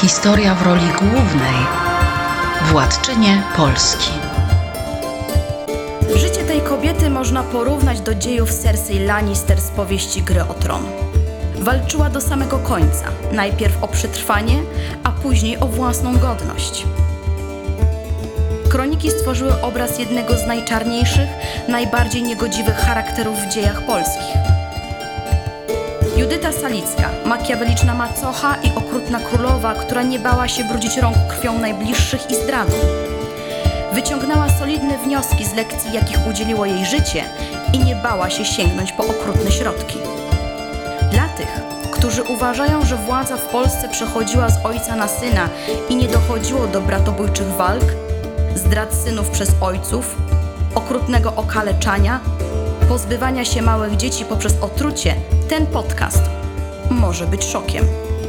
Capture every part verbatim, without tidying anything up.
Historia w roli głównej władczynie Polski. Życie tej kobiety można porównać do dziejów Cersei Lannister z powieści Gry o Tron. Walczyła do samego końca, najpierw o przetrwanie, a później o własną godność. Kroniki stworzyły obraz jednego z najczarniejszych, najbardziej niegodziwych charakterów w dziejach polskich. Judyta Salicka, makiaweliczna macocha i okrutna królowa, która nie bała się brudzić rąk krwią najbliższych i zdradą. Wyciągnęła solidne wnioski z lekcji, jakich udzieliło jej życie i nie bała się sięgnąć po okrutne środki. Dla tych, którzy uważają, że władza w Polsce przechodziła z ojca na syna i nie dochodziło do bratobójczych walk, zdrad synów przez ojców, okrutnego okaleczania, pozbywania się małych dzieci poprzez otrucie, ten podcast może być szokiem.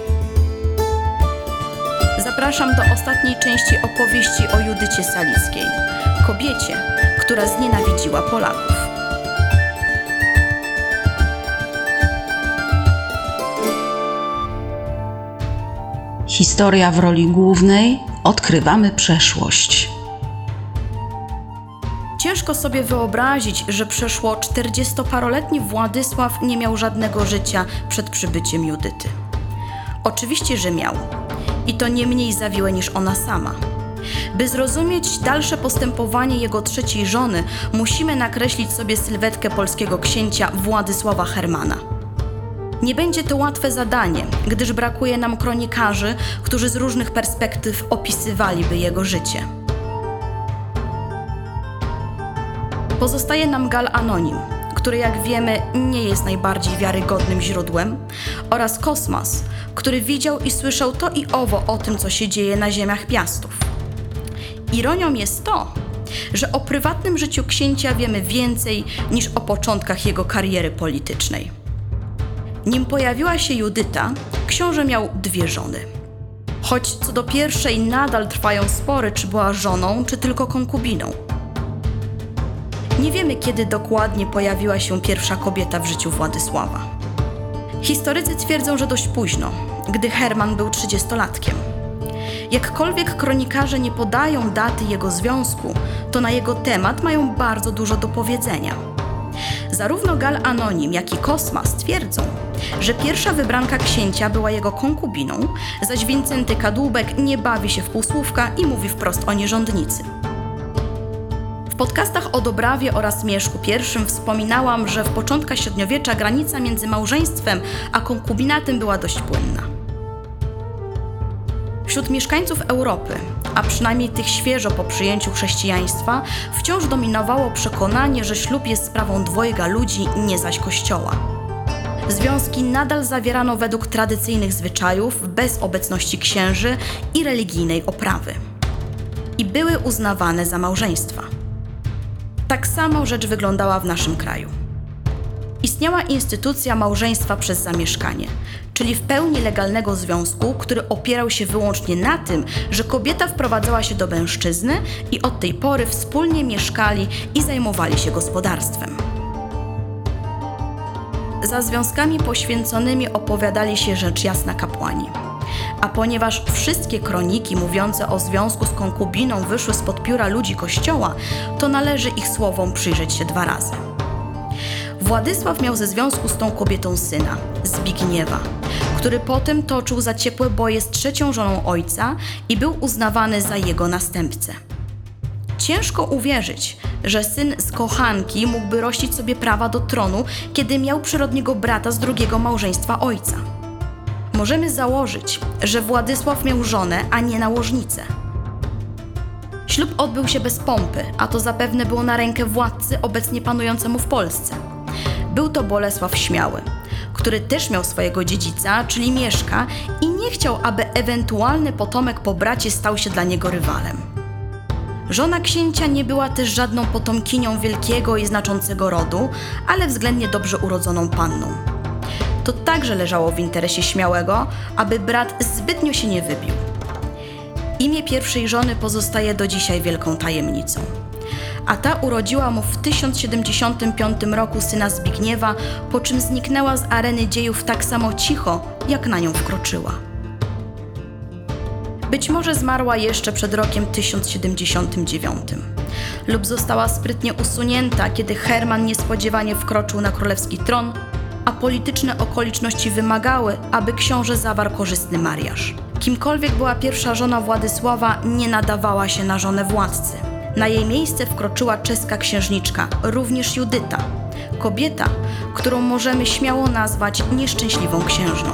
Zapraszam do ostatniej części opowieści o Judycie Salickiej, kobiecie, która znienawidziła Polaków. Historia w roli głównej. Odkrywamy przeszłość. Ciężko sobie wyobrazić, że przeszło czterdziestoparoletni Władysław nie miał żadnego życia przed przybyciem Judyty. Oczywiście, że miał. I to nie mniej zawiłe niż ona sama. By zrozumieć dalsze postępowanie jego trzeciej żony, musimy nakreślić sobie sylwetkę polskiego księcia Władysława Hermana. Nie będzie to łatwe zadanie, gdyż brakuje nam kronikarzy, którzy z różnych perspektyw opisywaliby jego życie. Pozostaje nam Gal Anonim, który, jak wiemy, nie jest najbardziej wiarygodnym źródłem, oraz Kosmas, który widział i słyszał to i owo o tym, co się dzieje na ziemiach Piastów. Ironią jest to, że o prywatnym życiu księcia wiemy więcej niż o początkach jego kariery politycznej. Nim pojawiła się Judyta, książę miał dwie żony. Choć co do pierwszej nadal trwają spory, czy była żoną, czy tylko konkubiną. Nie wiemy, kiedy dokładnie pojawiła się pierwsza kobieta w życiu Władysława. Historycy twierdzą, że dość późno, gdy Herman był trzydziestolatkiem. Jakkolwiek kronikarze nie podają daty jego związku, to na jego temat mają bardzo dużo do powiedzenia. Zarówno Gal Anonim, jak i Kosmas twierdzą, że pierwsza wybranka księcia była jego konkubiną, zaś Wincenty Kadłubek nie bawi się w półsłówka i mówi wprost o nierządnicy. W podcastach o Dobrawie oraz Mieszku I wspominałam, że w początkach średniowiecza granica między małżeństwem a konkubinatem była dość płynna. Wśród mieszkańców Europy, a przynajmniej tych świeżo po przyjęciu chrześcijaństwa, wciąż dominowało przekonanie, że ślub jest sprawą dwojga ludzi, nie zaś Kościoła. Związki nadal zawierano według tradycyjnych zwyczajów, bez obecności księży i religijnej oprawy. I były uznawane za małżeństwa. Tak samo rzecz wyglądała w naszym kraju. Istniała instytucja małżeństwa przez zamieszkanie, czyli w pełni legalnego związku, który opierał się wyłącznie na tym, że kobieta wprowadzała się do mężczyzny i od tej pory wspólnie mieszkali i zajmowali się gospodarstwem. Za związkami poświęconymi opowiadali się rzecz jasna kapłani. A ponieważ wszystkie kroniki mówiące o związku z konkubiną wyszły spod pióra ludzi Kościoła, to należy ich słowom przyjrzeć się dwa razy. Władysław miał ze związku z tą kobietą syna, Zbigniewa, który potem toczył zaciekłe boje z trzecią żoną ojca i był uznawany za jego następcę. Ciężko uwierzyć, że syn z kochanki mógłby rościć sobie prawa do tronu, kiedy miał przyrodniego brata z drugiego małżeństwa ojca. Możemy założyć, że Władysław miał żonę, a nie nałożnicę. Ślub odbył się bez pompy, a to zapewne było na rękę władcy obecnie panującemu w Polsce. Był to Bolesław Śmiały, który też miał swojego dziedzica, czyli Mieszka, i nie chciał, aby ewentualny potomek po bracie stał się dla niego rywalem. Żona księcia nie była też żadną potomkinią wielkiego i znaczącego rodu, ale względnie dobrze urodzoną panną. To także leżało w interesie Śmiałego, aby brat zbytnio się nie wybił. Imię pierwszej żony pozostaje do dzisiaj wielką tajemnicą. A ta urodziła mu w tysiąc siedemdziesiątym piątym roku syna Zbigniewa, po czym zniknęła z areny dziejów tak samo cicho, jak na nią wkroczyła. Być może zmarła jeszcze przed rokiem tysiąc siedemdziesiątym dziewiątym lub została sprytnie usunięta, kiedy Herman niespodziewanie wkroczył na królewski tron, a polityczne okoliczności wymagały, aby książę zawarł korzystny mariaż. Kimkolwiek była pierwsza żona Władysława, nie nadawała się na żonę władcy. Na jej miejsce wkroczyła czeska księżniczka, również Judyta, kobieta, którą możemy śmiało nazwać nieszczęśliwą księżną.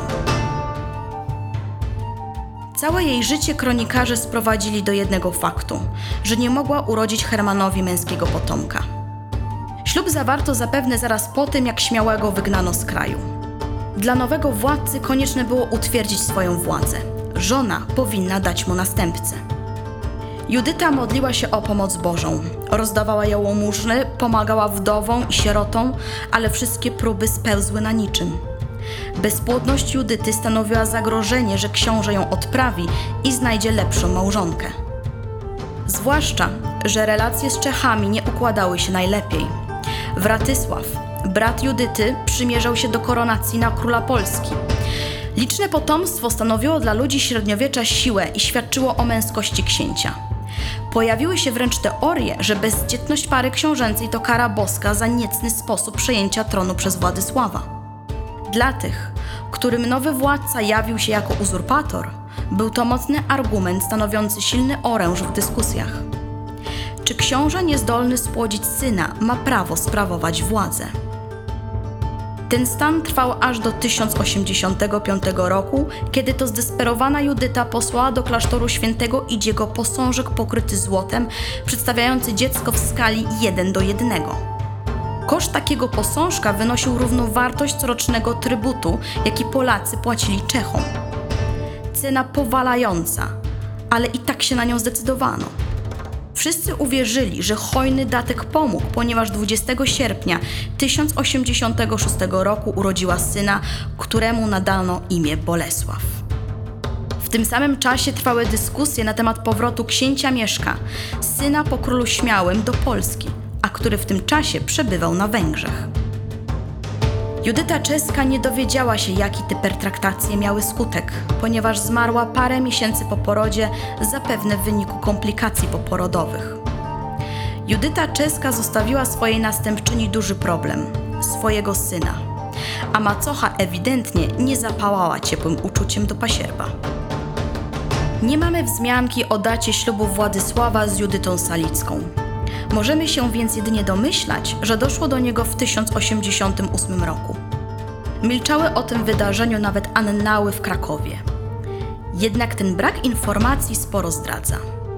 Całe jej życie kronikarze sprowadzili do jednego faktu, że nie mogła urodzić Hermanowi męskiego potomka. Ślub zawarto zapewne zaraz po tym, jak Śmiałego wygnano z kraju. Dla nowego władcy konieczne było utwierdzić swoją władzę. Żona powinna dać mu następcę. Judyta modliła się o pomoc Bożą. Rozdawała jałmużny, pomagała wdowom i sierotom, ale wszystkie próby spełzły na niczym. Bezpłodność Judyty stanowiła zagrożenie, że książę ją odprawi i znajdzie lepszą małżonkę. Zwłaszcza, że relacje z Czechami nie układały się najlepiej. Wratysław, brat Judyty, przymierzał się do koronacji na króla Polski. Liczne potomstwo stanowiło dla ludzi średniowiecza siłę i świadczyło o męskości księcia. Pojawiły się wręcz teorie, że bezdzietność pary książęcej to kara boska za niecny sposób przejęcia tronu przez Władysława. Dla tych, którym nowy władca jawił się jako uzurpator, był to mocny argument stanowiący silny oręż w dyskusjach. Czy książę niezdolny spłodzić syna ma prawo sprawować władzę? Ten stan trwał aż do tysiąc osiemdziesiątego piątego roku, kiedy to zdesperowana Judyta posłała do klasztoru świętego Idziego posążek pokryty złotem, przedstawiający dziecko w skali jeden do jednego. Koszt takiego posążka wynosił równowartość corocznego trybutu, jaki Polacy płacili Czechom. Cena powalająca, ale i tak się na nią zdecydowano. Wszyscy uwierzyli, że hojny datek pomógł, ponieważ dwudziestego sierpnia tysiąc osiemdziesiątego szóstego roku urodziła syna, któremu nadano imię Bolesław. W tym samym czasie trwały dyskusje na temat powrotu księcia Mieszka, syna po królu Śmiałym, do Polski, a który w tym czasie przebywał na Węgrzech. Judyta Czeska nie dowiedziała się, jaki te pertraktacje miały skutek, ponieważ zmarła parę miesięcy po porodzie, zapewne w wyniku komplikacji poporodowych. Judyta Czeska zostawiła swojej następczyni duży problem – swojego syna, a macocha ewidentnie nie zapałała ciepłym uczuciem do pasierba. Nie mamy wzmianki o dacie ślubu Władysława z Judytą Salicką. Możemy się więc jedynie domyślać, że doszło do niego w tysiąc osiemdziesiątym ósmym roku. Milczały o tym wydarzeniu nawet annały w Krakowie. Jednak ten brak informacji sporo zdradza.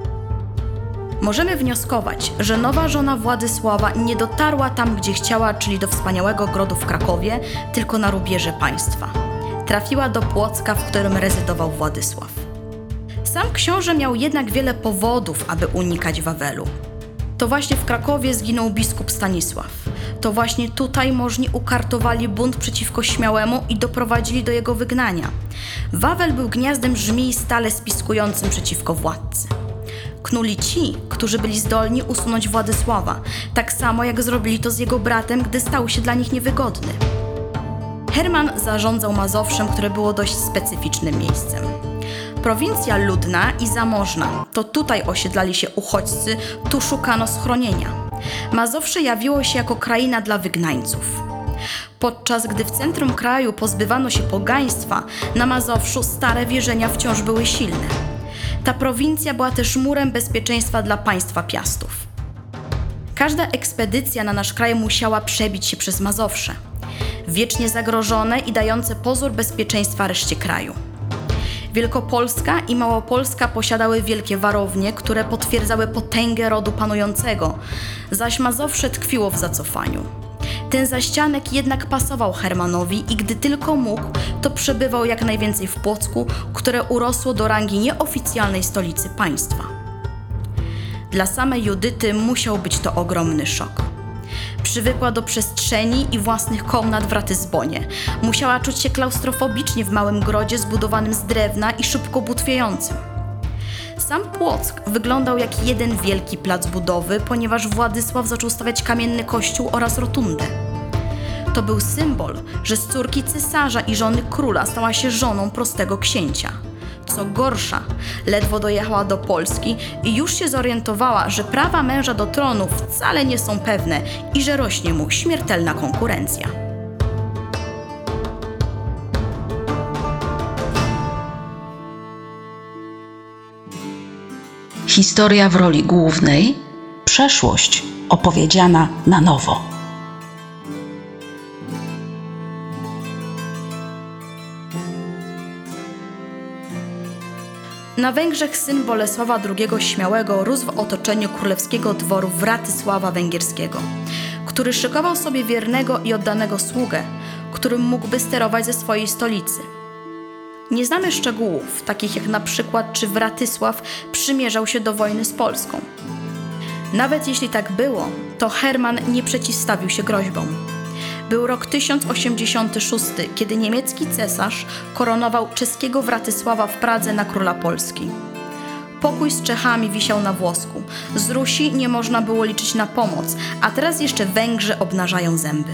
Możemy wnioskować, że nowa żona Władysława nie dotarła tam, gdzie chciała, czyli do wspaniałego grodu w Krakowie, tylko na rubieże państwa. Trafiła do Płocka, w którym rezydował Władysław. Sam książę miał jednak wiele powodów, aby unikać Wawelu. To właśnie w Krakowie zginął biskup Stanisław. To właśnie tutaj możni ukartowali bunt przeciwko Śmiałemu i doprowadzili do jego wygnania. Wawel był gniazdem żmij stale spiskującym przeciwko władcy. Knuli ci, którzy byli zdolni usunąć Władysława, tak samo jak zrobili to z jego bratem, gdy stał się dla nich niewygodny. Herman zarządzał Mazowszem, które było dość specyficznym miejscem. Prowincja ludna i zamożna, to tutaj osiedlali się uchodźcy, tu szukano schronienia. Mazowsze jawiło się jako kraina dla wygnańców. Podczas gdy w centrum kraju pozbywano się pogaństwa, na Mazowszu stare wierzenia wciąż były silne. Ta prowincja była też murem bezpieczeństwa dla państwa Piastów. Każda ekspedycja na nasz kraj musiała przebić się przez Mazowsze, wiecznie zagrożone i dające pozór bezpieczeństwa reszcie kraju. Wielkopolska i Małopolska posiadały wielkie warownie, które potwierdzały potęgę rodu panującego, zaś Mazowsze tkwiło w zacofaniu. Ten zaścianek jednak pasował Hermanowi i gdy tylko mógł, to przebywał jak najwięcej w Płocku, które urosło do rangi nieoficjalnej stolicy państwa. Dla samej Judyty musiał być to ogromny szok. Przywykła do przestrzeni i własnych komnat w Ratyzbonie. Musiała czuć się klaustrofobicznie w małym grodzie zbudowanym z drewna i szybko butwiejącym. Sam Płock wyglądał jak jeden wielki plac budowy, ponieważ Władysław zaczął stawiać kamienny kościół oraz rotundę. To był symbol, że z córki cesarza i żony króla stała się żoną prostego księcia. Co gorsza, ledwo dojechała do Polski i już się zorientowała, że prawa męża do tronu wcale nie są pewne i że rośnie mu śmiertelna konkurencja. Historia w roli głównej, przeszłość opowiedziana na nowo. Na Węgrzech syn Bolesława drugiego Śmiałego rósł w otoczeniu królewskiego dworu Wratysława Węgierskiego, który szykował sobie wiernego i oddanego sługę, którym mógłby sterować ze swojej stolicy. Nie znamy szczegółów, takich jak na przykład, czy Wratysław przymierzał się do wojny z Polską. Nawet jeśli tak było, to Herman nie przeciwstawił się groźbom. Był rok tysiąc osiemdziesiąty szósty, kiedy niemiecki cesarz koronował czeskiego Wratysława w Pradze na króla Polski. Pokój z Czechami wisiał na włosku. Z Rusi nie można było liczyć na pomoc, a teraz jeszcze Węgrzy obnażają zęby.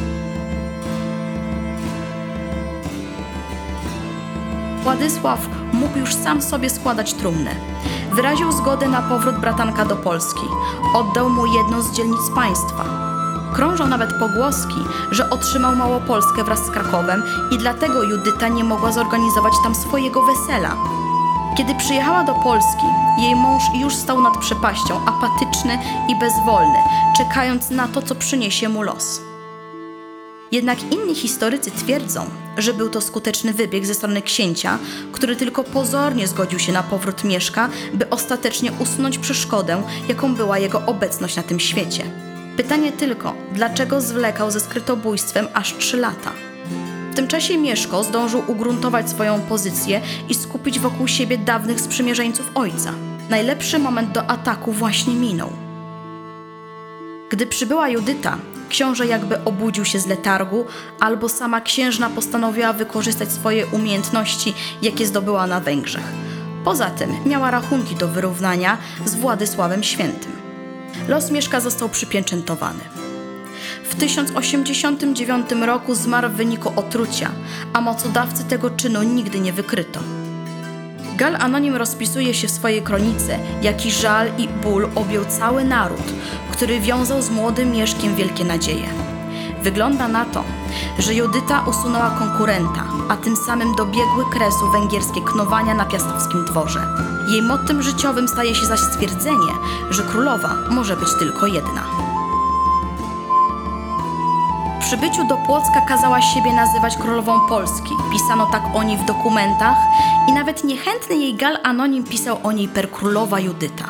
Władysław mógł już sam sobie składać trumnę. Wyraził zgodę na powrót bratanka do Polski. Oddał mu jedną z dzielnic państwa. Krążą nawet pogłoski, że otrzymał Małopolskę wraz z Krakowem i dlatego Judyta nie mogła zorganizować tam swojego wesela. Kiedy przyjechała do Polski, jej mąż już stał nad przepaścią, apatyczny i bezwolny, czekając na to, co przyniesie mu los. Jednak inni historycy twierdzą, że był to skuteczny wybieg ze strony księcia, który tylko pozornie zgodził się na powrót Mieszka, by ostatecznie usunąć przeszkodę, jaką była jego obecność na tym świecie. Pytanie tylko, dlaczego zwlekał ze skrytobójstwem aż trzy lata? W tym czasie Mieszko zdążył ugruntować swoją pozycję i skupić wokół siebie dawnych sprzymierzeńców ojca. Najlepszy moment do ataku właśnie minął. Gdy przybyła Judyta, książę jakby obudził się z letargu, albo sama księżna postanowiła wykorzystać swoje umiejętności, jakie zdobyła na Węgrzech. Poza tym miała rachunki do wyrównania z Władysławem Świętym. Los Mieszka został przypieczętowany. W tysiąc osiemdziesiątym dziewiątym roku zmarł w wyniku otrucia, a mocodawcy tego czynu nigdy nie wykryto. Gal Anonim rozpisuje się w swojej kronice, jaki żal i ból objął cały naród, który wiązał z młodym Mieszkiem wielkie nadzieje. Wygląda na to, że Judyta usunęła konkurenta, a tym samym dobiegły kresu węgierskie knowania na piastowskim dworze. Jej mottem życiowym staje się zaś stwierdzenie, że królowa może być tylko jedna. W przybyciu do Płocka kazała siebie nazywać królową Polski. Pisano tak o niej w dokumentach i nawet niechętny jej Gal Anonim pisał o niej per królowa Judyta.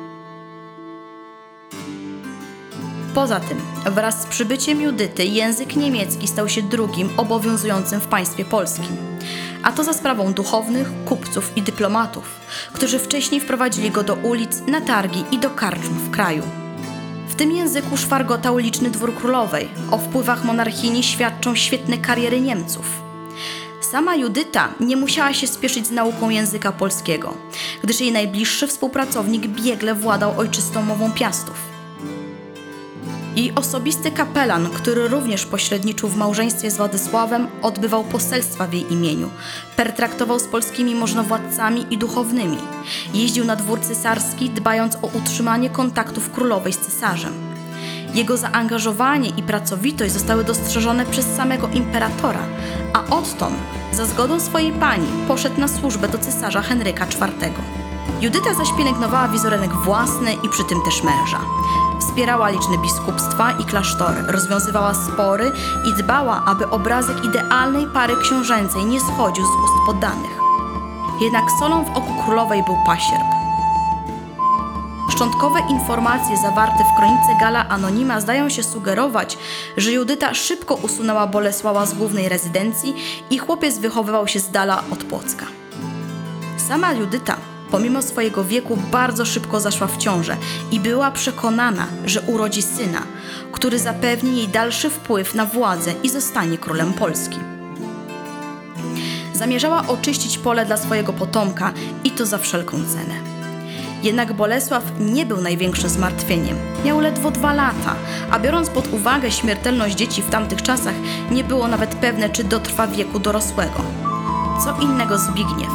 Poza tym, wraz z przybyciem Judyty język niemiecki stał się drugim obowiązującym w państwie polskim. A to za sprawą duchownych, kupców i dyplomatów, którzy wcześniej wprowadzili go do ulic, na targi i do karczm w kraju. W tym języku szwargotał liczny dwór królowej. O wpływach monarchini świadczą świetne kariery Niemców. Sama Judyta nie musiała się spieszyć z nauką języka polskiego, gdyż jej najbliższy współpracownik biegle władał ojczystą mową Piastów. Jej osobisty kapelan, który również pośredniczył w małżeństwie z Władysławem, odbywał poselstwa w jej imieniu, pertraktował z polskimi możnowładcami i duchownymi, jeździł na dwór cesarski, dbając o utrzymanie kontaktów królowej z cesarzem. Jego zaangażowanie i pracowitość zostały dostrzeżone przez samego imperatora, a odtąd, za zgodą swojej pani, poszedł na służbę do cesarza Henryka czwartego. Judyta zaś pielęgnowała wizerunek własny i przy tym też męża. Wspierała liczne biskupstwa i klasztory, rozwiązywała spory i dbała, aby obrazek idealnej pary książęcej nie schodził z ust poddanych. Jednak solą w oku królowej był pasierb. Szczątkowe informacje zawarte w kronice Gala Anonima zdają się sugerować, że Judyta szybko usunęła Bolesława z głównej rezydencji i chłopiec wychowywał się z dala od Płocka. Sama Judyta, pomimo swojego wieku, bardzo szybko zaszła w ciążę i była przekonana, że urodzi syna, który zapewni jej dalszy wpływ na władzę i zostanie królem Polski. Zamierzała oczyścić pole dla swojego potomka i to za wszelką cenę. Jednak Bolesław nie był największym zmartwieniem. Miał ledwo dwa lata, a biorąc pod uwagę śmiertelność dzieci w tamtych czasach, nie było nawet pewne, czy dotrwa wieku dorosłego. Co innego Zbigniew,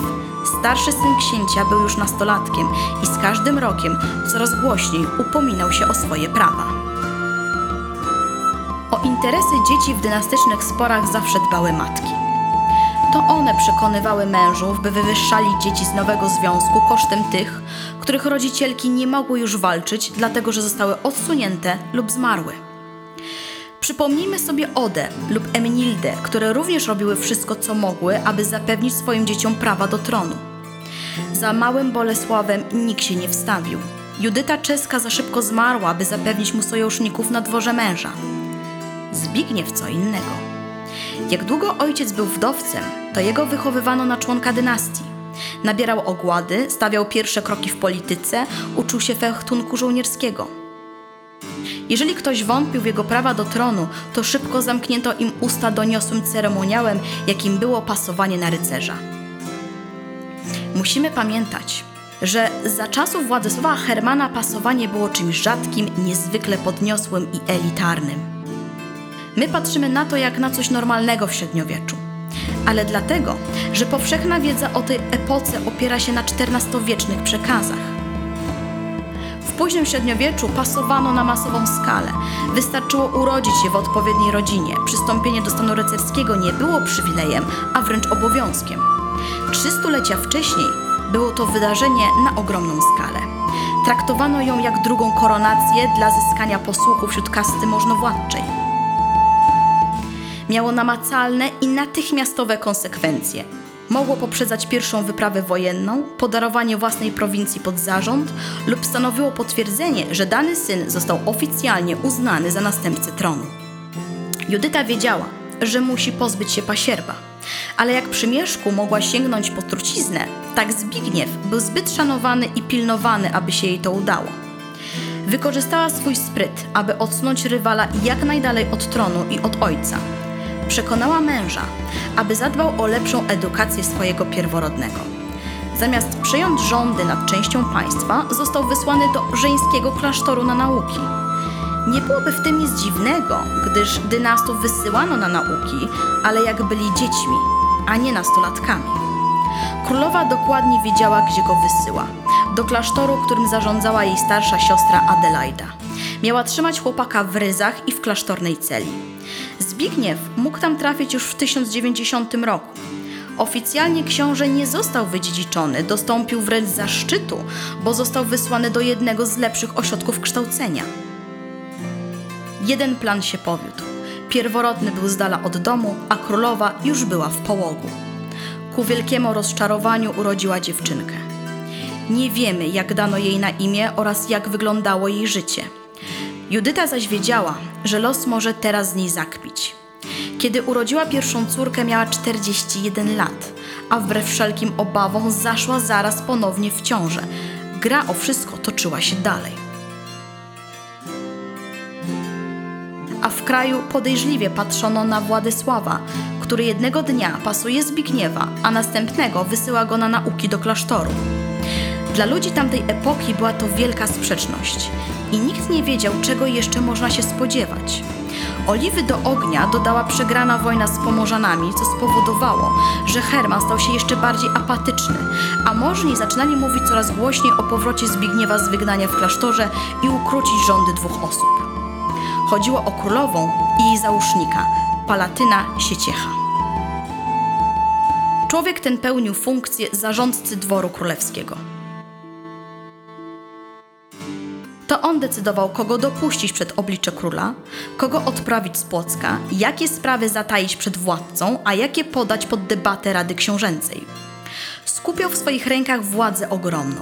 Starszy syn księcia był już nastolatkiem i z każdym rokiem coraz głośniej upominał się o swoje prawa. O interesy dzieci w dynastycznych sporach zawsze dbały matki. To one przekonywały mężów, by wywyższali dzieci z nowego związku kosztem tych, których rodzicielki nie mogły już walczyć, dlatego że zostały odsunięte lub zmarły. Przypomnijmy sobie Odę lub Emenildę, które również robiły wszystko, co mogły, aby zapewnić swoim dzieciom prawa do tronu. Za małym Bolesławem nikt się nie wstawił. Judyta Czeska za szybko zmarła, by zapewnić mu sojuszników na dworze męża. Zbigniew co innego. Jak długo ojciec był wdowcem, to jego wychowywano na członka dynastii. Nabierał ogłady, stawiał pierwsze kroki w polityce, uczył się fechtunku żołnierskiego. Jeżeli ktoś wątpił w jego prawa do tronu, to szybko zamknięto im usta doniosłym ceremoniałem, jakim było pasowanie na rycerza. Musimy pamiętać, że za czasów Władysława Hermana pasowanie było czymś rzadkim, niezwykle podniosłym i elitarnym. My patrzymy na to jak na coś normalnego w średniowieczu, ale dlatego, że powszechna wiedza o tej epoce opiera się na czternastowiecznych przekazach. W późnym średniowieczu pasowano na masową skalę. Wystarczyło urodzić się w odpowiedniej rodzinie. Przystąpienie do stanu rycerskiego nie było przywilejem, a wręcz obowiązkiem. Trzy stulecia wcześniej było to wydarzenie na ogromną skalę. Traktowano ją jak drugą koronację dla zyskania posłuchu wśród kasty możnowładczej. Miało namacalne i natychmiastowe konsekwencje. Mogło poprzedzać pierwszą wyprawę wojenną, podarowanie własnej prowincji pod zarząd lub stanowiło potwierdzenie, że dany syn został oficjalnie uznany za następcę tronu. Judyta wiedziała, że musi pozbyć się pasierba, ale jak przy Mieszku mogła sięgnąć po truciznę, tak Zbigniew był zbyt szanowany i pilnowany, aby się jej to udało. Wykorzystała swój spryt, aby odsunąć rywala jak najdalej od tronu i od ojca. Przekonała męża, aby zadbał o lepszą edukację swojego pierworodnego. Zamiast przejąć rządy nad częścią państwa, został wysłany do żeńskiego klasztoru na nauki. Nie byłoby w tym nic dziwnego, gdyż dynastów wysyłano na nauki, ale jak byli dziećmi, a nie nastolatkami. Królowa dokładnie wiedziała, gdzie go wysyła. Do klasztoru, którym zarządzała jej starsza siostra Adelaida. Miała trzymać chłopaka w ryzach i w klasztornej celi. Zbigniew mógł tam trafić już w tysiąc dziewięćdziesiątym roku. Oficjalnie książę nie został wydziedziczony, dostąpił wręcz zaszczytu, bo został wysłany do jednego z lepszych ośrodków kształcenia. Jeden plan się powiódł. Pierworodny był z dala od domu, a królowa już była w połogu. Ku wielkiemu rozczarowaniu urodziła dziewczynkę. Nie wiemy, jak dano jej na imię oraz jak wyglądało jej życie. Judyta zaś wiedziała, że los może teraz z niej zakpić. Kiedy urodziła pierwszą córkę, miała czterdzieści jeden lat, a wbrew wszelkim obawom zaszła zaraz ponownie w ciążę. Gra o wszystko toczyła się dalej. A w kraju podejrzliwie patrzono na Władysława, który jednego dnia pasuje Zbigniewa, a następnego wysyła go na nauki do klasztoru. Dla ludzi tamtej epoki była to wielka sprzeczność i nikt nie wiedział, czego jeszcze można się spodziewać. Oliwy do ognia dodała przegrana wojna z Pomorzanami, co spowodowało, że Herman stał się jeszcze bardziej apatyczny, a możni zaczynali mówić coraz głośniej o powrocie Zbigniewa z wygnania w klasztorze i ukrócić rządy dwóch osób. Chodziło o królową i jej załóżnika, Palatyna Sieciecha. Człowiek ten pełnił funkcję zarządcy dworu królewskiego. To on decydował, kogo dopuścić przed oblicze króla, kogo odprawić z Płocka, jakie sprawy zataić przed władcą, a jakie podać pod debatę Rady Książęcej. Skupiał w swoich rękach władzę ogromną.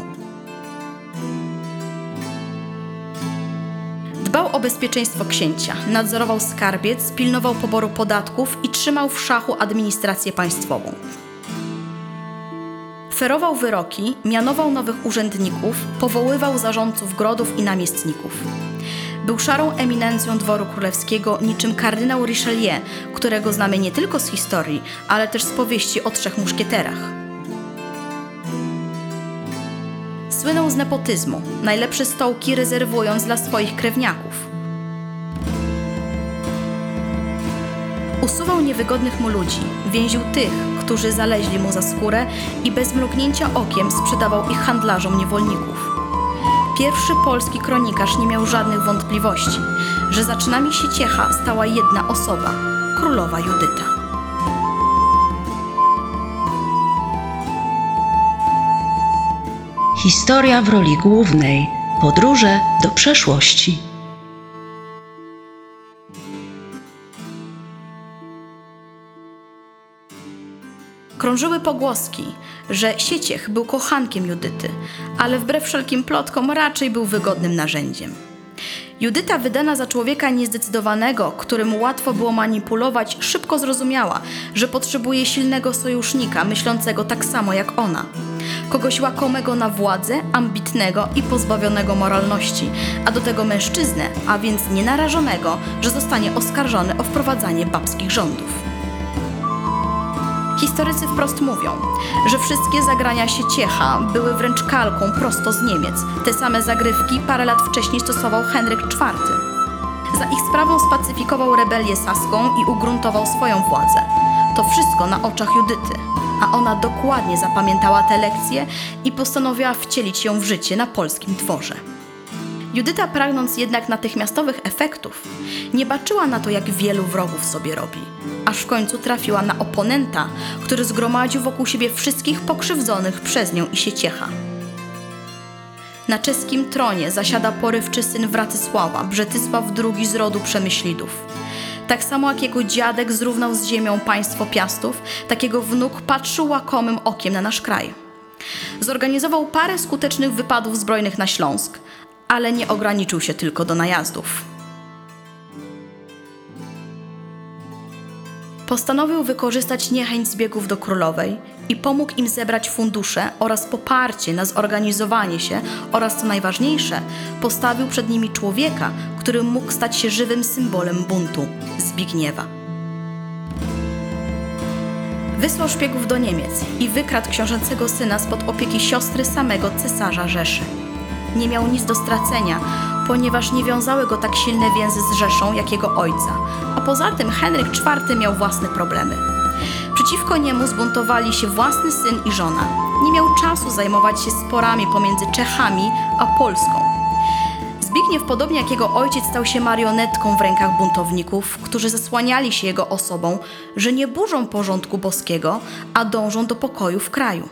Dbał o bezpieczeństwo księcia, nadzorował skarbiec, pilnował poboru podatków i trzymał w szachu administrację państwową. Ferował wyroki, mianował nowych urzędników, powoływał zarządców grodów i namiestników. Był szarą eminencją dworu królewskiego, niczym kardynał Richelieu, którego znamy nie tylko z historii, ale też z powieści o trzech muszkieterach. Słynął z nepotyzmu, najlepsze stołki rezerwując dla swoich krewniaków. Usuwał niewygodnych mu ludzi, więził tych, którzy zaleźli mu za skórę i bez mrugnięcia okiem sprzedawał ich handlarzom niewolników. Pierwszy polski kronikarz nie miał żadnych wątpliwości, że za czynami Sieciecha stała jedna osoba – królowa Judyta. Historia w roli głównej. Podróże do przeszłości. Krążyły pogłoski, że Sieciech był kochankiem Judyty, ale wbrew wszelkim plotkom raczej był wygodnym narzędziem. Judyta, wydana za człowieka niezdecydowanego, którym łatwo było manipulować, szybko zrozumiała, że potrzebuje silnego sojusznika, myślącego tak samo jak ona. Kogoś łakomego na władzę, ambitnego i pozbawionego moralności, a do tego mężczyznę, a więc nienarażonego, że zostanie oskarżony o wprowadzanie babskich rządów. Historycy wprost mówią, że wszystkie zagrania Sieciecha były wręcz kalką prosto z Niemiec. Te same zagrywki parę lat wcześniej stosował Henryk czwarty. Za ich sprawą spacyfikował rebelię saską i ugruntował swoją władzę. To wszystko na oczach Judyty, a ona dokładnie zapamiętała tę lekcję i postanowiła wcielić ją w życie na polskim dworze. Judyta, pragnąc jednak natychmiastowych efektów, nie baczyła na to, jak wielu wrogów sobie robi, aż w końcu trafiła na oponenta, który zgromadził wokół siebie wszystkich pokrzywdzonych przez nią i Sieciecha. Na czeskim tronie zasiada porywczy syn Wratysława, Brzetysław drugi z rodu Przemyślidów. Tak samo jak jego dziadek zrównał z ziemią państwo Piastów, tak jego wnuk patrzył łakomym okiem na nasz kraj. Zorganizował parę skutecznych wypadów zbrojnych na Śląsk, ale nie ograniczył się tylko do najazdów. Postanowił wykorzystać niechęć zbiegów do królowej i pomógł im zebrać fundusze oraz poparcie na zorganizowanie się oraz, co najważniejsze, postawił przed nimi człowieka, który mógł stać się żywym symbolem buntu – Zbigniewa. Wysłał szpiegów do Niemiec i wykradł książęcego syna spod opieki siostry samego cesarza Rzeszy. Nie miał nic do stracenia, ponieważ nie wiązały go tak silne więzy z Rzeszą jak jego ojca, a poza tym Henryk czwarty miał własne problemy. Przeciwko niemu zbuntowali się własny syn i żona. Nie miał czasu zajmować się sporami pomiędzy Czechami a Polską. Zbigniew, podobnie jak jego ojciec, stał się marionetką w rękach buntowników, którzy zasłaniali się jego osobą, że nie burzą porządku boskiego, a dążą do pokoju w kraju.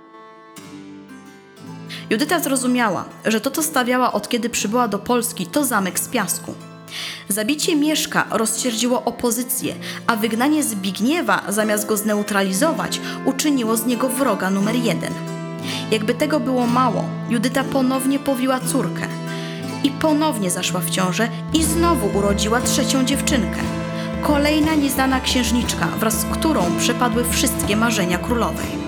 Judyta zrozumiała, że to, co stawiała od kiedy przybyła do Polski, to zamek z piasku. Zabicie Mieszka rozsierdziło opozycję, a wygnanie Zbigniewa, zamiast go zneutralizować, uczyniło z niego wroga numer jeden. Jakby tego było mało, Judyta ponownie powiła córkę. I ponownie zaszła w ciążę i znowu urodziła trzecią dziewczynkę. Kolejna nieznana księżniczka, wraz z którą przepadły wszystkie marzenia królowej.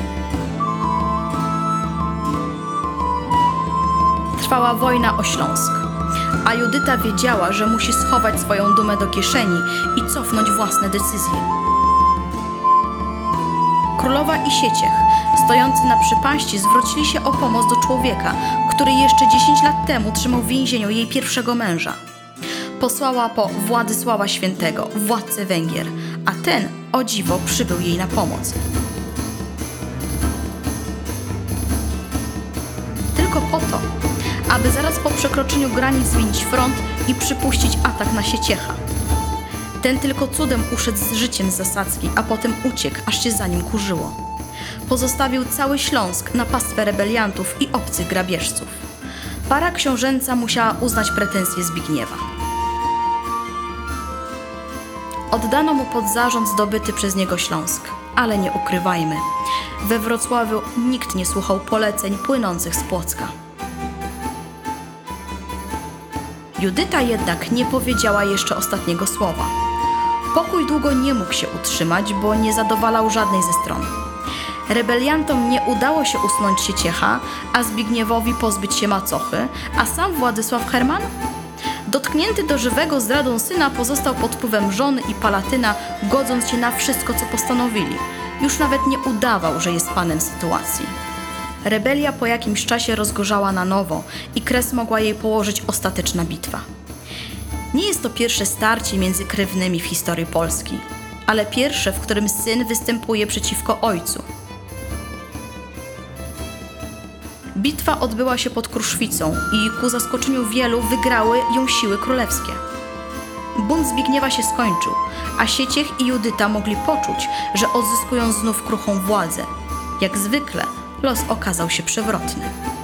Trwała wojna o Śląsk, a Judyta wiedziała, że musi schować swoją dumę do kieszeni i cofnąć własne decyzje. Królowa i Sieciech, stojący na przypaści, zwrócili się o pomoc do człowieka, który jeszcze dziesięć lat temu trzymał w więzieniu jej pierwszego męża. Posłała po Władysława Świętego, władcę Węgier, a ten, o dziwo, przybył jej na pomoc. Tylko po to, aby zaraz po przekroczeniu granic zmienić front i przypuścić atak na Sieciecha. Ten tylko cudem uszedł z życiem z zasadzki, a potem uciekł, aż się za nim kurzyło. Pozostawił cały Śląsk na pastwę rebeliantów i obcych grabieżców. Para książęca musiała uznać pretensje Zbigniewa. Oddano mu pod zarząd zdobyty przez niego Śląsk, ale nie ukrywajmy, we Wrocławiu nikt nie słuchał poleceń płynących z Płocka. Judyta jednak nie powiedziała jeszcze ostatniego słowa. Pokój długo nie mógł się utrzymać, bo nie zadowalał żadnej ze stron. Rebeliantom nie udało się usunąć Sieciecha, a Zbigniewowi pozbyć się macochy, a sam Władysław Herman? Dotknięty do żywego zdradą syna, pozostał pod wpływem żony i Palatyna, godząc się na wszystko, co postanowili. Już nawet nie udawał, że jest panem sytuacji. Rebelia po jakimś czasie rozgorzała na nowo i kres mogła jej położyć ostateczna bitwa. Nie jest to pierwsze starcie między krewnymi w historii Polski, ale pierwsze, w którym syn występuje przeciwko ojcu. Bitwa odbyła się pod Kruszwicą i ku zaskoczeniu wielu wygrały ją siły królewskie. Bunt Zbigniewa się skończył, a Sieciech i Judyta mogli poczuć, że odzyskują znów kruchą władzę. Jak zwykle los okazał się przewrotny.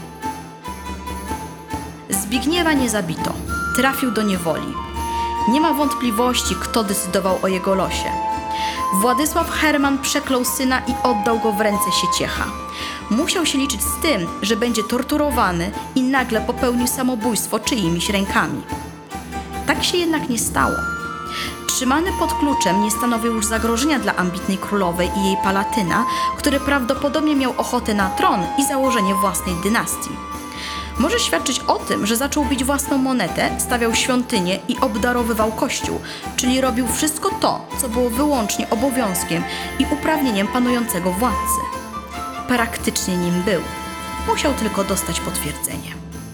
Zbigniewa nie zabito, trafił do niewoli. Nie ma wątpliwości, kto decydował o jego losie. Władysław Herman przeklął syna i oddał go w ręce Sieciecha. Musiał się liczyć z tym, że będzie torturowany i nagle popełnił samobójstwo czyimiś rękami. Tak się jednak nie stało. Trzymany pod kluczem nie stanowił już zagrożenia dla ambitnej królowej i jej palatyna, który prawdopodobnie miał ochotę na tron i założenie własnej dynastii. Może świadczyć o tym, że zaczął bić własną monetę, stawiał świątynię i obdarowywał kościół, czyli robił wszystko to, co było wyłącznie obowiązkiem i uprawnieniem panującego władcy. Praktycznie nim był. Musiał tylko dostać potwierdzenie.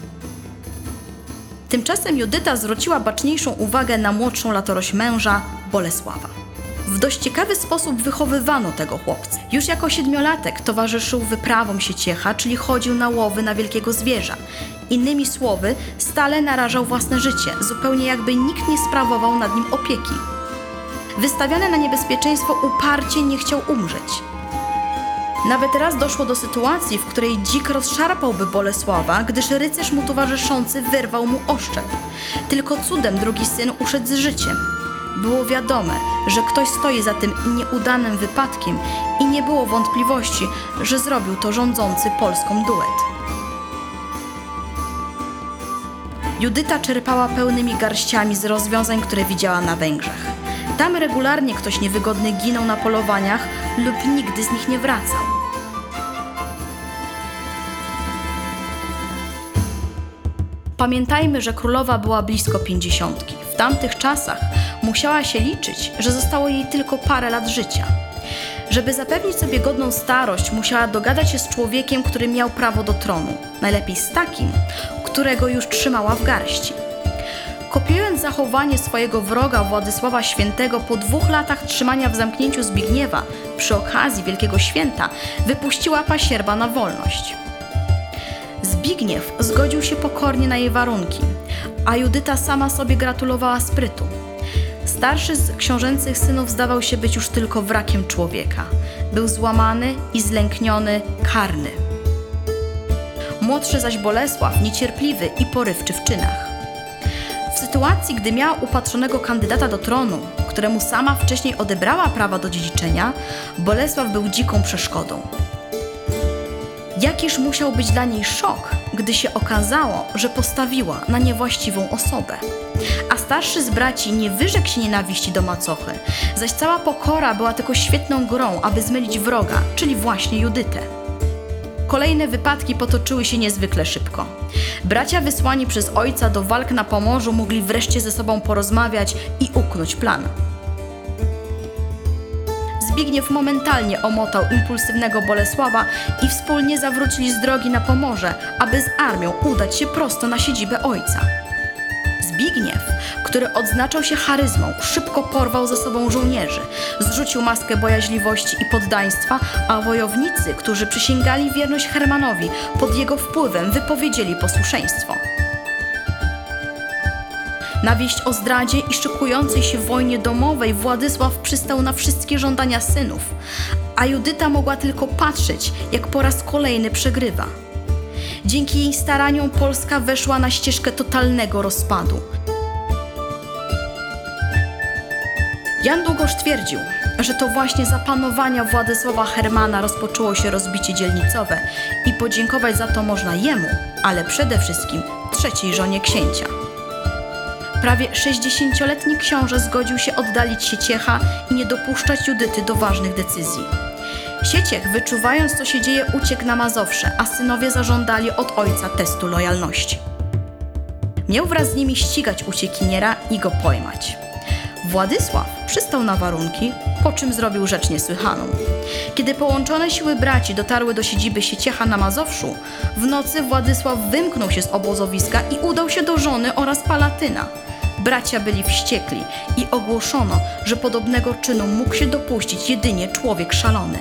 Tymczasem Judyta zwróciła baczniejszą uwagę na młodszą latorość męża, Bolesława. W dość ciekawy sposób wychowywano tego chłopca. Już jako siedmiolatek towarzyszył wyprawom Sieciecha, czyli chodził na łowy na wielkiego zwierza. Innymi słowy, stale narażał własne życie, zupełnie jakby nikt nie sprawował nad nim opieki. Wystawiony na niebezpieczeństwo uparcie nie chciał umrzeć. Nawet raz doszło do sytuacji, w której dzik rozszarpałby Bolesława, gdyż rycerz mu towarzyszący wyrwał mu oszczep. Tylko cudem drugi syn uszedł z życiem. Było wiadome, że ktoś stoi za tym nieudanym wypadkiem i nie było wątpliwości, że zrobił to rządzący Polską duet. Judyta czerpała pełnymi garściami z rozwiązań, które widziała na Węgrzech. Tam regularnie ktoś niewygodny ginął na polowaniach lub nigdy z nich nie wracał. Pamiętajmy, że królowa była blisko pięćdziesiątki. W tamtych czasach musiała się liczyć, że zostało jej tylko parę lat życia. Żeby zapewnić sobie godną starość, musiała dogadać się z człowiekiem, który miał prawo do tronu. Najlepiej z takim, którego już trzymała w garści. Kopiując zachowanie swojego wroga Władysława Świętego po dwóch latach trzymania w zamknięciu Zbigniewa, przy okazji Wielkiego Święta, wypuściła pasierba na wolność. Zbigniew zgodził się pokornie na jej warunki, a Judyta sama sobie gratulowała sprytu. Starszy z książęcych synów zdawał się być już tylko wrakiem człowieka. Był złamany i zlękniony, karny. Młodszy zaś Bolesław niecierpliwy i porywczy w czynach. W sytuacji, gdy miała upatrzonego kandydata do tronu, któremu sama wcześniej odebrała prawa do dziedziczenia, Bolesław był dziką przeszkodą. Jakiż musiał być dla niej szok, gdy się okazało, że postawiła na niewłaściwą osobę. A starszy z braci nie wyrzekł się nienawiści do macochy, zaś cała pokora była tylko świetną grą, aby zmylić wroga, czyli właśnie Judytę. Kolejne wypadki potoczyły się niezwykle szybko. Bracia wysłani przez ojca do walk na Pomorzu mogli wreszcie ze sobą porozmawiać i uknąć plan. Zbigniew momentalnie omotał impulsywnego Bolesława i wspólnie zawrócili z drogi na Pomorze, aby z armią udać się prosto na siedzibę ojca. Zbigniew, który odznaczał się charyzmą, szybko porwał ze sobą żołnierzy, zrzucił maskę bojaźliwości i poddaństwa, a wojownicy, którzy przysięgali wierność Hermanowi, pod jego wpływem wypowiedzieli posłuszeństwo. Na wieść o zdradzie i szykującej się wojnie domowej Władysław przystał na wszystkie żądania synów, a Judyta mogła tylko patrzeć, jak po raz kolejny przegrywa. Dzięki jej staraniom Polska weszła na ścieżkę totalnego rozpadu. Jan Długosz twierdził, że to właśnie za panowania Władysława Hermana rozpoczęło się rozbicie dzielnicowe i podziękować za to można jemu, ale przede wszystkim trzeciej żonie księcia. Prawie sześćdziesięcioletni książę zgodził się oddalić Sieciecha i nie dopuszczać Judyty do ważnych decyzji. Sieciech, wyczuwając, co się dzieje, uciekł na Mazowsze, a synowie zażądali od ojca testu lojalności. Miał wraz z nimi ścigać uciekiniera i go pojmać. Władysław przystał na warunki, po czym zrobił rzecz niesłychaną. Kiedy połączone siły braci dotarły do siedziby Sieciecha na Mazowszu, w nocy Władysław wymknął się z obozowiska i udał się do żony oraz palatyna. Bracia byli wściekli i ogłoszono, że podobnego czynu mógł się dopuścić jedynie człowiek szalony.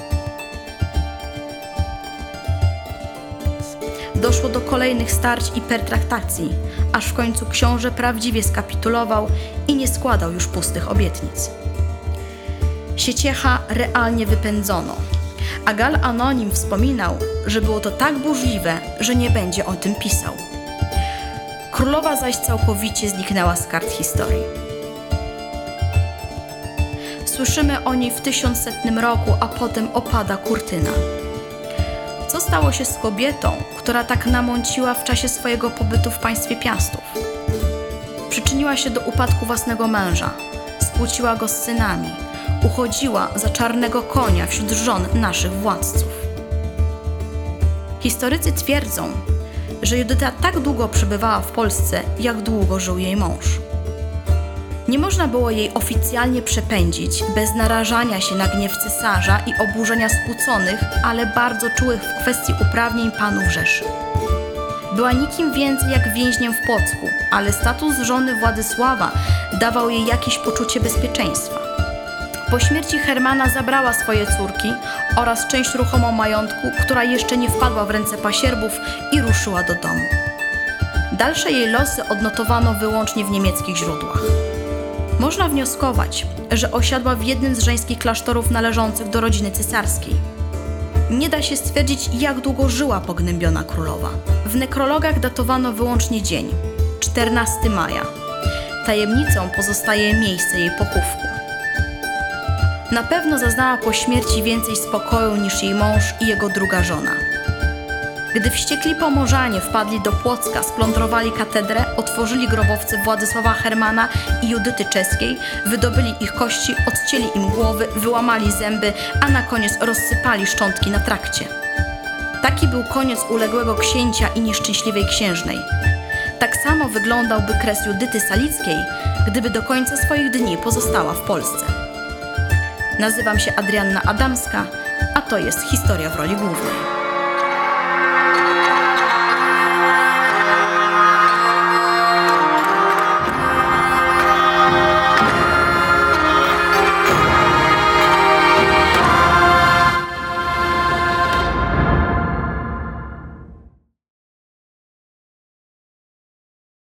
Doszło do kolejnych starć i pertraktacji, aż w końcu książę prawdziwie skapitulował i nie składał już pustych obietnic. Sieciecha realnie wypędzono, a Gal Anonim wspominał, że było to tak burzliwe, że nie będzie o tym pisał. Królowa zaś całkowicie zniknęła z kart historii. Słyszymy o niej w tysiącsetnym roku, a potem opada kurtyna. Co stało się z kobietą, która tak namąciła w czasie swojego pobytu w państwie Piastów? Przyczyniła się do upadku własnego męża, skłóciła go z synami, uchodziła za czarnego konia wśród żon naszych władców. Historycy twierdzą, że Judyta tak długo przebywała w Polsce, jak długo żył jej mąż. Nie można było jej oficjalnie przepędzić bez narażania się na gniew cesarza i oburzenia skłóconych, ale bardzo czułych w kwestii uprawnień panów Rzeszy. Była nikim więcej jak więźniem w Płocku, ale status żony Władysława dawał jej jakieś poczucie bezpieczeństwa. Po śmierci Hermana zabrała swoje córki oraz część ruchomą majątku, która jeszcze nie wpadła w ręce pasierbów, i ruszyła do domu. Dalsze jej losy odnotowano wyłącznie w niemieckich źródłach. Można wnioskować, że osiadła w jednym z żeńskich klasztorów należących do rodziny cesarskiej. Nie da się stwierdzić, jak długo żyła pognębiona królowa. W nekrologach datowano wyłącznie dzień, czternastego maja. Tajemnicą pozostaje miejsce jej pochówku. Na pewno zaznała po śmierci więcej spokoju niż jej mąż i jego druga żona. Gdy wściekli Pomorzanie wpadli do Płocka, splądrowali katedrę, otworzyli grobowce Władysława Hermana i Judyty Czeskiej, wydobyli ich kości, odcięli im głowy, wyłamali zęby, a na koniec rozsypali szczątki na trakcie. Taki był koniec uległego księcia i nieszczęśliwej księżnej. Tak samo wyglądałby kres Judyty Salickiej, gdyby do końca swoich dni pozostała w Polsce. Nazywam się Adrianna Adamska, a to jest Historia w roli głównej.